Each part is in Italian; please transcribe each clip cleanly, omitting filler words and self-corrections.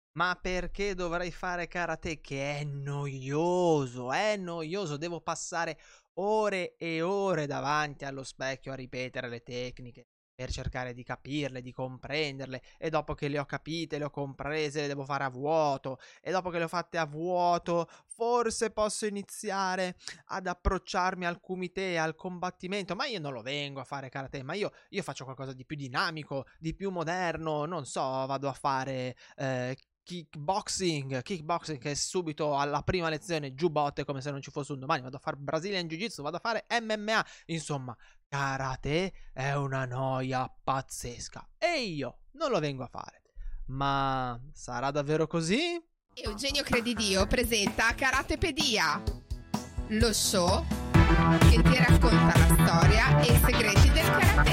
Ma perché dovrei fare karate? Che è noioso, devo passare ore e ore davanti allo specchio a ripetere le tecniche per cercare di capirle, di comprenderle e dopo che le ho capite, le ho comprese, le devo fare a vuoto e dopo che le ho fatte a vuoto, forse posso iniziare ad approcciarmi al kumite, al combattimento, ma io non lo vengo a fare karate, ma io faccio qualcosa di più dinamico, di più moderno, non so, vado a fare kickboxing che subito alla prima lezione giù botte come se non ci fosse un domani, vado a fare Brazilian Jiu Jitsu, vado a fare MMA, insomma, karate è una noia pazzesca e io non lo vengo a fare. Ma sarà davvero così? Eugenio Credidio presenta Karatepedia, lo show che ti racconta la storia e i segreti del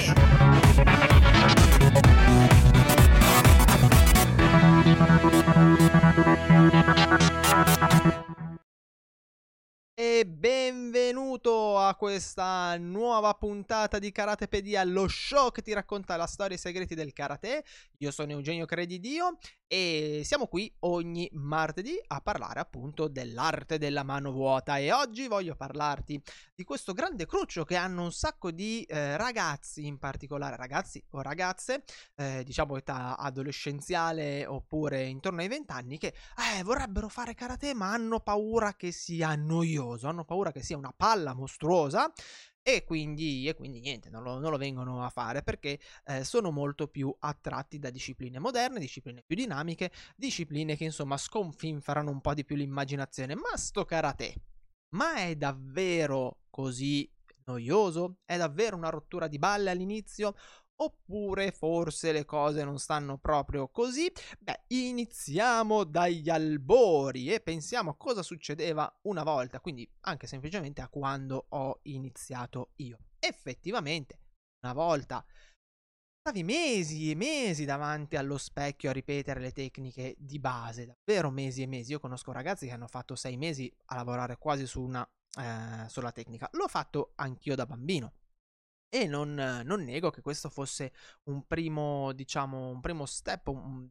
karate. E benvenuto a questa nuova puntata di Karatepedia, lo show che ti racconta la storia e i segreti del karate. Io sono Eugenio Credidio e siamo qui ogni martedì a parlare appunto dell'arte della mano vuota e oggi voglio parlarti di questo grande cruccio che hanno un sacco di ragazzi, in particolare ragazzi o ragazze, diciamo età adolescenziale oppure intorno ai 20 anni che vorrebbero fare karate ma hanno paura che sia noioso, hanno paura che sia una palla mostruosa e quindi niente, non lo vengono a fare perché sono molto più attratti da discipline moderne, discipline più dinamiche, discipline che insomma sconfinferano un po' di più l'immaginazione. Ma sto karate, ma è davvero così noioso? È davvero una rottura di balle all'inizio? Oppure forse le cose non stanno proprio così? Beh, iniziamo dagli albori e pensiamo a cosa succedeva una volta, quindi anche semplicemente a quando ho iniziato io. Effettivamente, una volta stavi mesi e mesi davanti allo specchio a ripetere le tecniche di base, davvero mesi e mesi. Io conosco ragazzi che hanno fatto 6 mesi a lavorare quasi su una sola tecnica. L'ho fatto anch'io da bambino. E non nego che questo fosse un primo, diciamo, un primo step,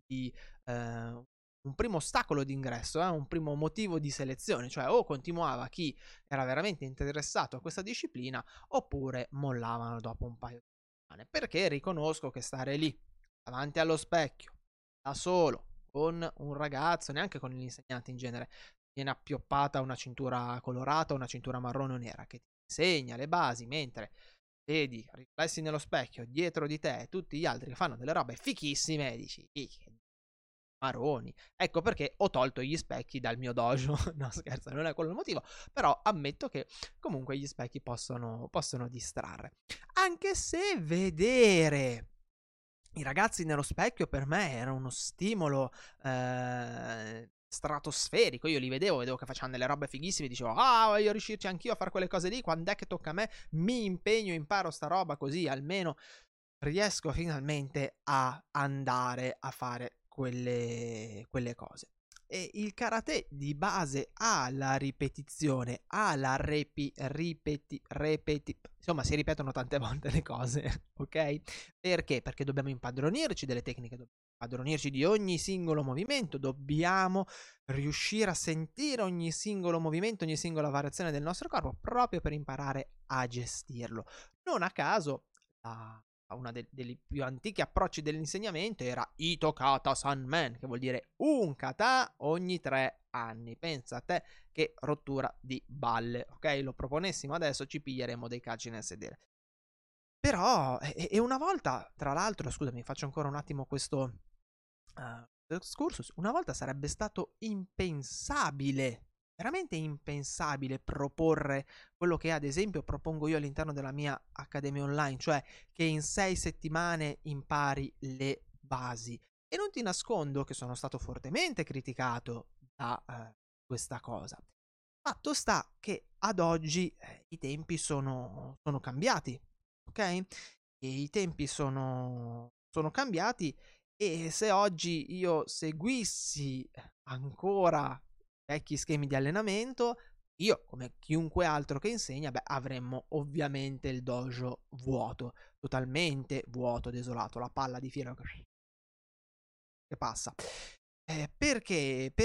un primo ostacolo d'ingresso, un primo motivo di selezione, cioè o continuava chi era veramente interessato a questa disciplina oppure mollavano dopo un paio di settimane. Perché riconosco che stare lì, davanti allo specchio, da solo, con un ragazzo, neanche con l'insegnante in genere, viene appioppata una cintura colorata, una cintura marrone o nera che ti insegna le basi, mentre vedi riflessi nello specchio dietro di te tutti gli altri che fanno delle robe fichissime e dici maroni. Ecco perché ho tolto gli specchi dal mio dojo. No, scherzo, non è quello il motivo, però ammetto che comunque gli specchi possono distrarre. Anche se vedere i ragazzi nello specchio per me era uno stimolo stratosferico. Io li vedevo che facevano delle robe fighissime, dicevo voglio riuscirci anch'io a fare quelle cose lì, quando è che tocca a me mi impegno, imparo sta roba così almeno riesco finalmente a andare a fare quelle cose. E il karate di base ha la ripetizione, ha la insomma si ripetono tante volte le cose, ok? Perché? Perché dobbiamo impadronirci delle tecniche, dobbiamo impadronirci di ogni singolo movimento, dobbiamo riuscire a sentire ogni singolo movimento, ogni singola variazione del nostro corpo proprio per imparare a gestirlo. Non a caso la una dei più antichi approcci dell'insegnamento era Ito Kata Sanmen, che vuol dire un kata ogni 3 anni. Pensa a te che rottura di balle, ok? Lo proponessimo adesso ci piglieremo dei calci nel sedere. Però, e una volta, tra l'altro, scusami, faccio ancora un attimo questo excursus, una volta sarebbe stato impensabile, veramente impensabile proporre quello che ad esempio propongo io all'interno della mia accademia online, cioè che in 6 settimane impari le basi. E non ti nascondo che sono stato fortemente criticato da questa cosa. Fatto sta che ad oggi i tempi sono cambiati, ok? E i tempi sono cambiati e se oggi io seguissi ancora vecchi schemi di allenamento, io, come chiunque altro che insegna, beh, avremmo ovviamente il dojo vuoto, totalmente vuoto, desolato, la palla di fieno che passa. Perché?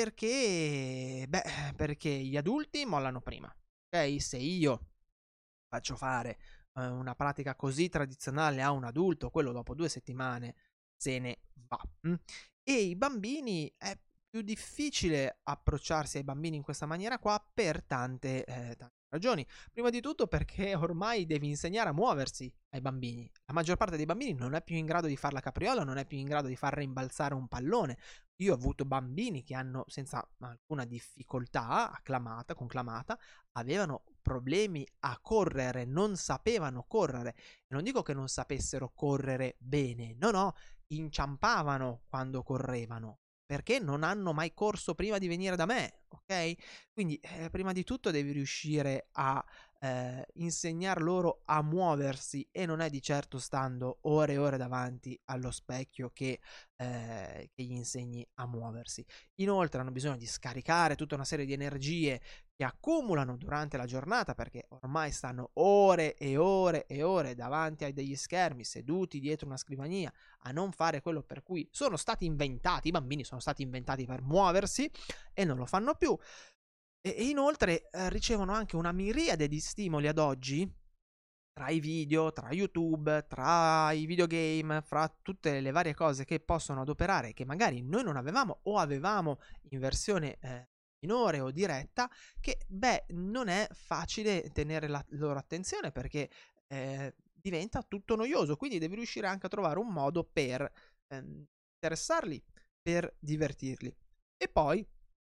Perché gli adulti mollano prima, ok? Se io faccio fare una pratica così tradizionale a un adulto, quello dopo 2 settimane se ne va. E i bambini è più difficile approcciarsi ai bambini in questa maniera qua per tante ragioni. Prima di tutto perché ormai devi insegnare a muoversi ai bambini. La maggior parte dei bambini non è più in grado di fare la capriola, non è più in grado di far rimbalzare un pallone. Io ho avuto bambini che hanno senza alcuna difficoltà, conclamata, avevano problemi a correre, non sapevano correre. E non dico che non sapessero correre bene, no, inciampavano quando correvano, perché non hanno mai corso prima di venire da me, ok? Quindi prima di tutto devi riuscire a insegnar loro a muoversi e non è di certo stando ore e ore davanti allo specchio che gli insegni a muoversi. Inoltre hanno bisogno di scaricare tutta una serie di energie che accumulano durante la giornata perché ormai stanno ore e ore e ore davanti a degli schermi, seduti dietro una scrivania a non fare quello per cui sono stati inventati. I bambini sono stati inventati per muoversi e non lo fanno più. E inoltre ricevono anche una miriade di stimoli ad oggi tra i video, tra YouTube, tra i videogame, fra tutte le varie cose che possono adoperare, che magari noi non avevamo o avevamo in versione minore o diretta, che non è facile tenere la loro attenzione perché diventa tutto noioso, quindi devi riuscire anche a trovare un modo per interessarli, per divertirli. E poi,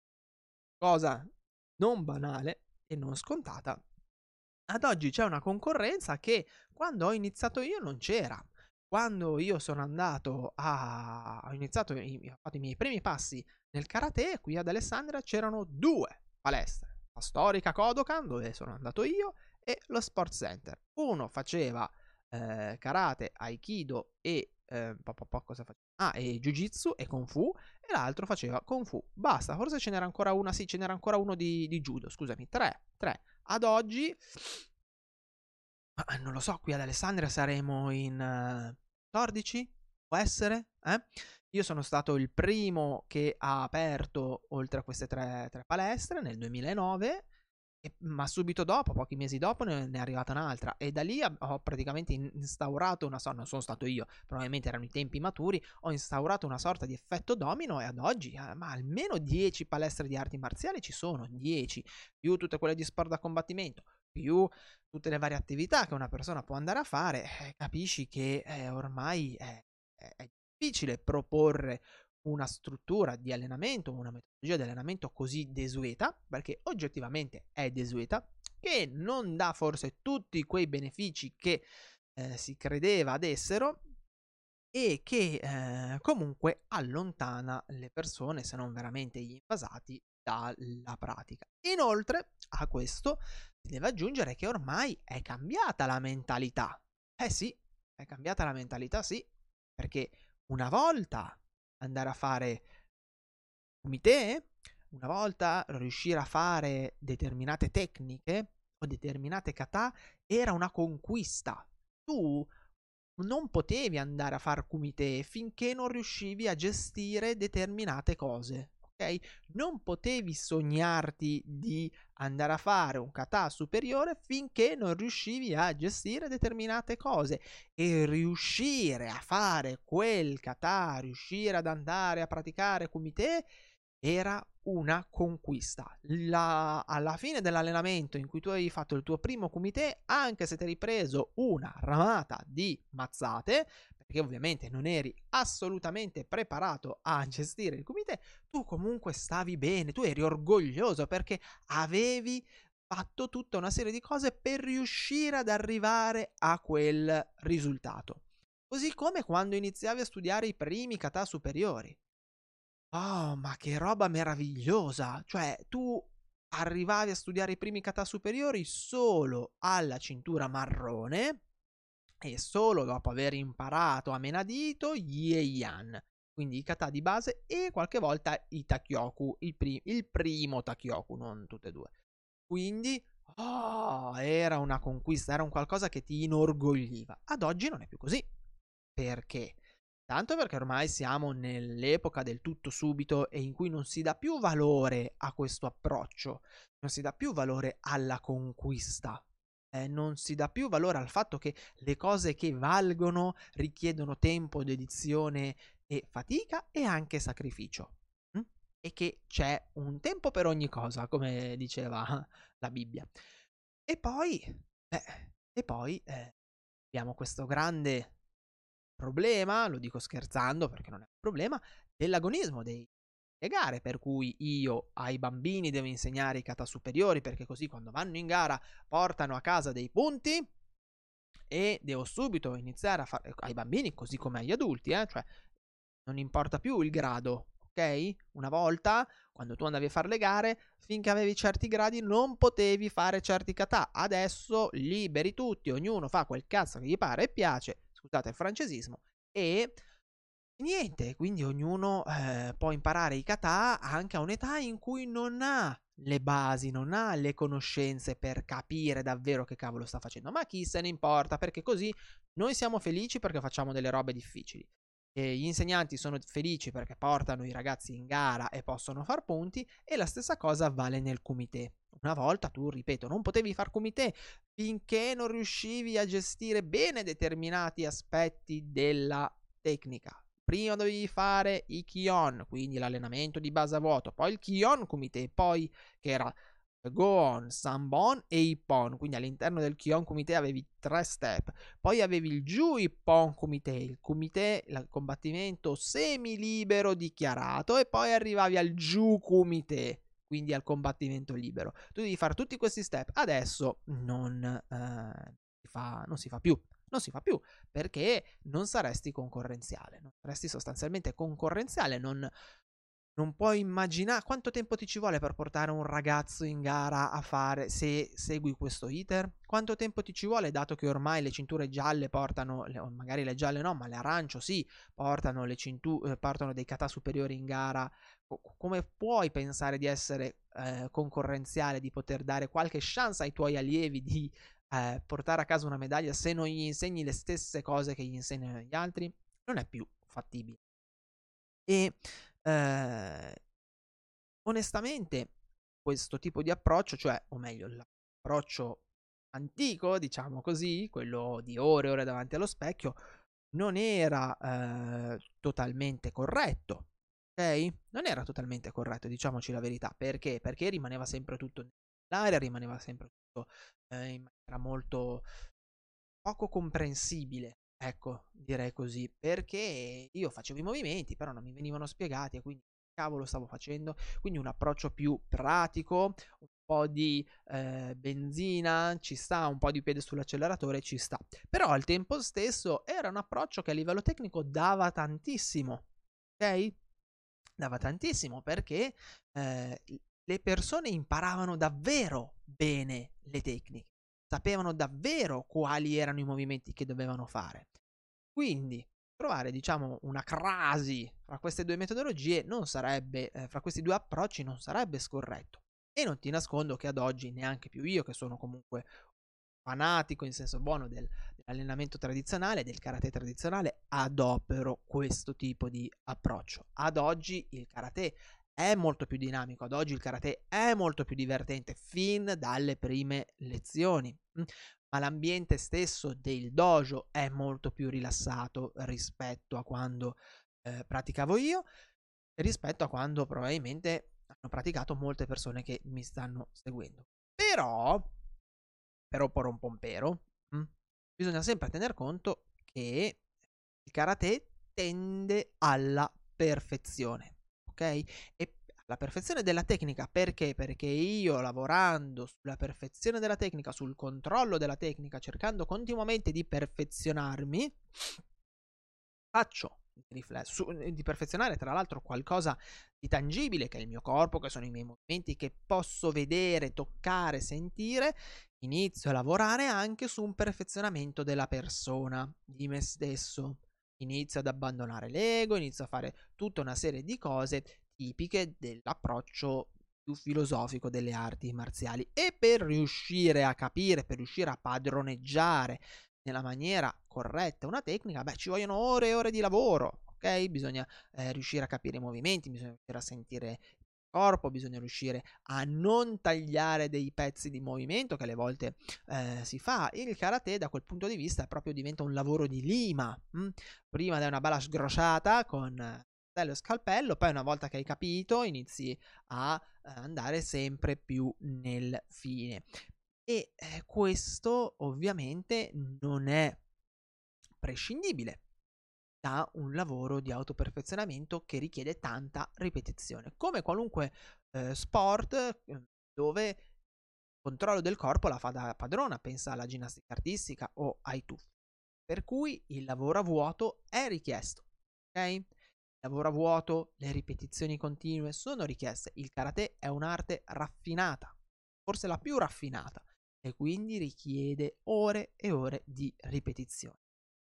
cosa non banale e non scontata, ad oggi c'è una concorrenza che quando ho iniziato io non c'era. Quando io sono andato ho iniziato, ho fatto i miei primi passi nel karate, qui ad Alessandria c'erano 2 palestre. La storica Kodokan, dove sono andato io, e lo Sports Center. Uno faceva karate, aikido e cosa faceva? E jiu-jitsu e kung fu, e l'altro faceva kung fu. Basta, forse ce n'era ancora una, sì, ce n'era ancora uno di judo, scusami, tre. Ad oggi, non lo so, qui ad Alessandria saremo in 14? Può essere? Io sono stato il primo che ha aperto oltre a queste tre palestre nel 2009, ma subito dopo, pochi mesi dopo, ne è arrivata un'altra. E da lì ho praticamente instaurato una sorta, non sono stato io, probabilmente erano i tempi maturi, ho instaurato una sorta di effetto domino e ad oggi, ma almeno 10 palestre di arti marziali ci sono, 10, più tutte quelle di sport da combattimento, più tutte le varie attività che una persona può andare a fare, capisci che ormai è difficile proporre una struttura di allenamento, una metodologia di allenamento così desueta, perché oggettivamente è desueta, che non dà forse tutti quei benefici che si credeva adessero e che comunque allontana le persone, se non veramente gli invasati, dalla pratica. Inoltre a questo si deve aggiungere che ormai è cambiata la mentalità. Sì, è cambiata la mentalità, sì, perché una volta andare a fare kumite, una volta riuscire a fare determinate tecniche o determinate kata era una conquista. Tu non potevi andare a far kumite finché non riuscivi a gestire determinate cose, ok? Non potevi sognarti di andare a fare un kata superiore finché non riuscivi a gestire determinate cose, e riuscire a fare quel kata, riuscire ad andare a praticare kumite era una conquista. Alla fine dell'allenamento in cui tu avevi fatto il tuo primo kumite, anche se ti eri preso una ramata di mazzate, perché ovviamente non eri assolutamente preparato a gestire il kumite, tu comunque stavi bene, tu eri orgoglioso perché avevi fatto tutta una serie di cose per riuscire ad arrivare a quel risultato. Così come quando iniziavi a studiare i primi kata superiori. Oh, ma che roba meravigliosa! Cioè, tu arrivavi a studiare i primi kata superiori solo alla cintura marrone e solo dopo aver imparato a menadito gli Heian, quindi i kata di base e qualche volta i Takyoku, il primo Takyoku, non tutte e due. Quindi, era una conquista, era un qualcosa che ti inorgogliva. Ad oggi non è più così. Perché? Tanto perché ormai siamo nell'epoca del tutto subito e in cui non si dà più valore a questo approccio, non si dà più valore alla conquista, non si dà più valore al fatto che le cose che valgono richiedono tempo, dedizione e fatica e anche sacrificio. mm? E che c'è un tempo per ogni cosa, come diceva la Bibbia. E poi, abbiamo questo grande problema, lo dico scherzando perché non è un problema, dell'agonismo delle gare, per cui io ai bambini devo insegnare i kata superiori perché così quando vanno in gara portano a casa dei punti e devo subito iniziare a fare ai bambini così come agli adulti, cioè non importa più il grado, ok? Una volta, quando tu andavi a fare le gare, finché avevi certi gradi non potevi fare certi kata. Adesso liberi tutti, ognuno fa quel cazzo che gli pare e piace, scusate il francesismo, e niente, quindi ognuno può imparare i kata anche a un'età in cui non ha le basi, non ha le conoscenze per capire davvero che cavolo sta facendo. Ma chi se ne importa, perché così noi siamo felici perché facciamo delle robe difficili. E gli insegnanti sono felici perché portano i ragazzi in gara e possono far punti, e la stessa cosa vale nel kumite. Una volta tu, ripeto, non potevi far kumite finché non riuscivi a gestire bene determinati aspetti della tecnica. Prima dovevi fare i Kion, quindi l'allenamento di base a vuoto, poi il Kion Kumite, poi che era Goon, Sanbon e Ippon, quindi all'interno del Kion Kumite avevi 3 step, poi avevi il Ju Ippon Kumite, il combattimento semi-libero dichiarato, e poi arrivavi al Ju Kumite, quindi al combattimento libero. Tu devi fare tutti questi step, adesso non si fa più. Non si fa più perché non saresti concorrenziale, non saresti sostanzialmente concorrenziale, non puoi immaginare quanto tempo ti ci vuole per portare un ragazzo in gara a fare, se segui questo iter, quanto tempo ti ci vuole, dato che ormai le cinture gialle portano, magari le gialle no, ma le arancio sì, portano dei kata superiori in gara. Come puoi pensare di essere concorrenziale, di poter dare qualche chance ai tuoi allievi di portare a casa una medaglia se non gli insegni le stesse cose che gli insegnano gli altri? Non è più fattibile. E onestamente questo tipo di approccio, cioè, o meglio, l'approccio antico, diciamo così, quello di ore e ore davanti allo specchio, non era totalmente corretto, ok? Non era totalmente corretto, diciamoci la verità. Perché? Perché rimaneva sempre tutto nell'aria, rimaneva sempre tutto in maniera molto poco comprensibile, ecco, direi così, perché io facevo i movimenti, però non mi venivano spiegati e quindi che cavolo stavo facendo. Quindi un approccio più pratico, un po' di benzina ci sta, un po' di piede sull'acceleratore ci sta, però al tempo stesso era un approccio che a livello tecnico dava tantissimo, ok? Dava tantissimo perché le persone imparavano davvero bene le tecniche, sapevano davvero quali erano i movimenti che dovevano fare. Quindi trovare, diciamo, una crasi fra queste due metodologie non sarebbe, fra questi due approcci non sarebbe scorretto. E non ti nascondo che ad oggi neanche più io, che sono comunque fanatico in senso buono dell'allenamento tradizionale, del karate tradizionale, adopero questo tipo di approccio. Ad oggi il karate è molto più dinamico, ad oggi il karate è molto più divertente fin dalle prime lezioni, ma l'ambiente stesso del dojo è molto più rilassato rispetto a quando praticavo io, e rispetto a quando probabilmente hanno praticato molte persone che mi stanno seguendo. Però porom pompero, bisogna sempre tener conto che il karate tende alla perfezione, ok? E la perfezione della tecnica, perché? Perché io, lavorando sulla perfezione della tecnica, sul controllo della tecnica, cercando continuamente di perfezionarmi, faccio di perfezionare tra l'altro qualcosa di tangibile, che è il mio corpo, che sono i miei movimenti, che posso vedere, toccare, sentire. Inizio a lavorare anche su un perfezionamento della persona, di me stesso. Inizio ad abbandonare l'ego, inizio a fare tutta una serie di cose tipiche dell'approccio più filosofico delle arti marziali. E per riuscire a capire, per riuscire a padroneggiare nella maniera corretta una tecnica, ci vogliono ore e ore di lavoro, ok? Bisogna riuscire a capire i movimenti, bisogna riuscire a sentire il corpo, bisogna riuscire a non tagliare dei pezzi di movimento che alle volte si fa. Il karate da quel punto di vista proprio diventa un lavoro di lima. Prima dai una bella sgrosciata con lo scalpello, poi una volta che hai capito inizi a andare sempre più nel fine. E questo ovviamente non è prescindibile da un lavoro di autoperfezionamento che richiede tanta ripetizione, come qualunque sport dove il controllo del corpo la fa da padrona, pensa alla ginnastica artistica o ai tuffi, per cui il lavoro a vuoto è richiesto, ok? Il lavoro a vuoto, le ripetizioni continue sono richieste. Il karate è un'arte raffinata, forse la più raffinata, e quindi richiede ore e ore di ripetizione.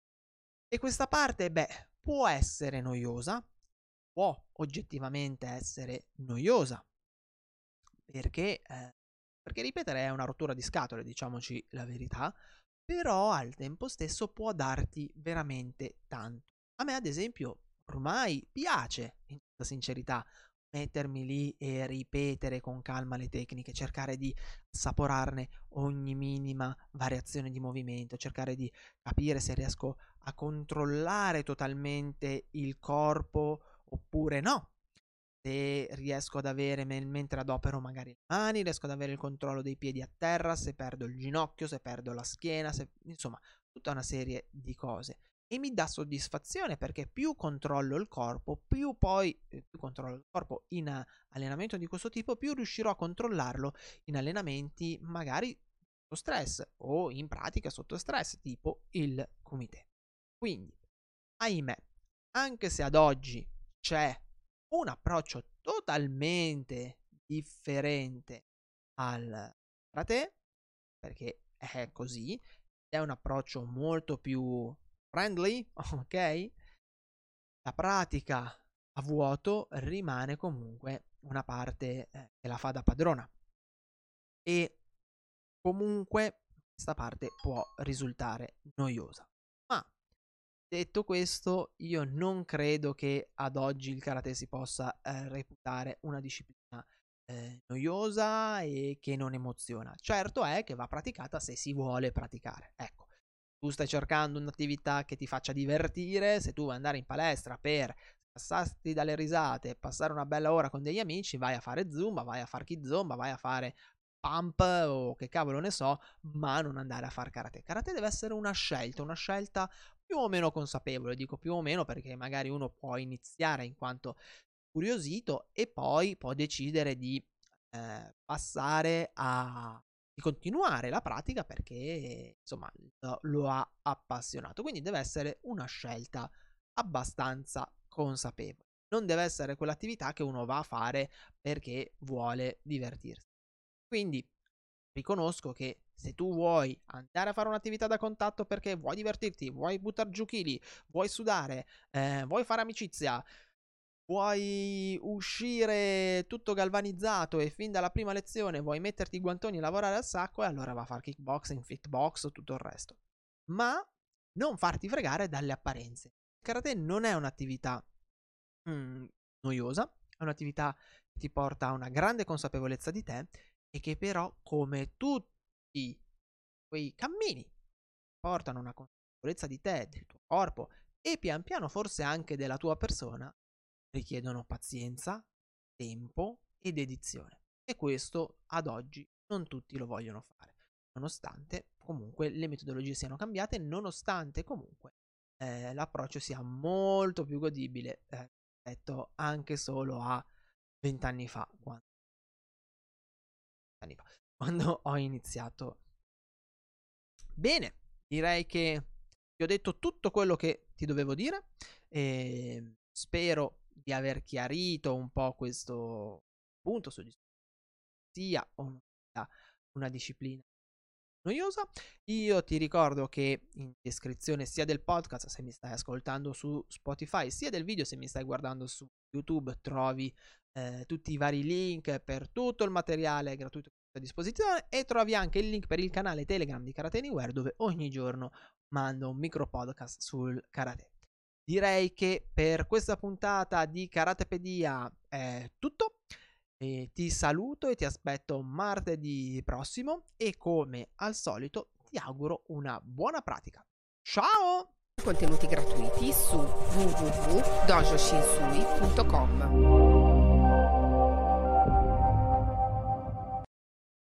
E questa parte, può essere noiosa, può oggettivamente essere noiosa, perché ripetere è una rottura di scatole, diciamoci la verità, però al tempo stesso può darti veramente tanto. A me, ad esempio, ormai piace, in tutta sincerità, mettermi lì e ripetere con calma le tecniche, cercare di assaporarne ogni minima variazione di movimento, cercare di capire se riesco a controllare totalmente il corpo oppure no. Se riesco ad avere mentre adopero magari le mani, riesco ad avere il controllo dei piedi a terra, se perdo il ginocchio, se perdo la schiena, insomma, tutta una serie di cose. E mi dà soddisfazione perché più controllo il corpo, più controllo il corpo in allenamento di questo tipo, più riuscirò a controllarlo in allenamenti magari sotto stress o in pratica sotto stress, tipo il kumite. Quindi, ahimè, anche se ad oggi c'è un approccio totalmente differente al karate, perché è così, è un approccio molto più friendly, ok? La pratica a vuoto rimane comunque una parte che la fa da padrona e comunque questa parte può risultare noiosa. Ma detto questo, io non credo che ad oggi il karate si possa reputare una disciplina noiosa e che non emoziona. Certo è che va praticata se si vuole praticare. Ecco, tu stai cercando un'attività che ti faccia divertire, se tu vuoi andare in palestra per passarti dalle risate, passare una bella ora con degli amici, vai a fare zumba, vai a fare kizomba, vai a fare pump o che cavolo ne so, ma non andare a fare karate. Karate deve essere una scelta più o meno consapevole, dico più o meno perché magari uno può iniziare in quanto curiosito e poi può decidere di passare di continuare la pratica perché insomma lo ha appassionato. Quindi deve essere una scelta abbastanza consapevole. Non deve essere quell'attività che uno va a fare perché vuole divertirsi. Quindi riconosco che se tu vuoi andare a fare un'attività da contatto perché vuoi divertirti, vuoi buttare giù chili, vuoi sudare, vuoi fare amicizia, vuoi uscire tutto galvanizzato e fin dalla prima lezione vuoi metterti i guantoni e lavorare al sacco, e allora va a fare kickboxing, fitbox o tutto il resto. Ma non farti fregare dalle apparenze. Il karate non è un'attività noiosa, è un'attività che ti porta a una grande consapevolezza di te e che però, come tutti quei cammini, portano a una consapevolezza di te, del tuo corpo e pian piano forse anche della tua persona, richiedono pazienza, tempo e dedizione. E questo ad oggi non tutti lo vogliono fare, nonostante comunque le metodologie siano cambiate, nonostante comunque l'approccio sia molto più godibile rispetto anche solo a 20 anni fa, quando ho iniziato. Bene, direi che ti ho detto tutto quello che ti dovevo dire e spero di aver chiarito un po' questo punto su sia o non sia una disciplina noiosa. Io ti ricordo che in descrizione sia del podcast se mi stai ascoltando su Spotify, sia del video se mi stai guardando su YouTube trovi tutti i vari link per tutto il materiale gratuito a disposizione, e trovi anche il link per il canale Telegram di Karate Anywhere, dove ogni giorno mando un micro podcast sul karate. Direi che per questa puntata di Karatepedia è tutto. E ti saluto e ti aspetto martedì prossimo, e come al solito ti auguro una buona pratica. Ciao! Contenuti gratuiti su www.dojoshinsui.com.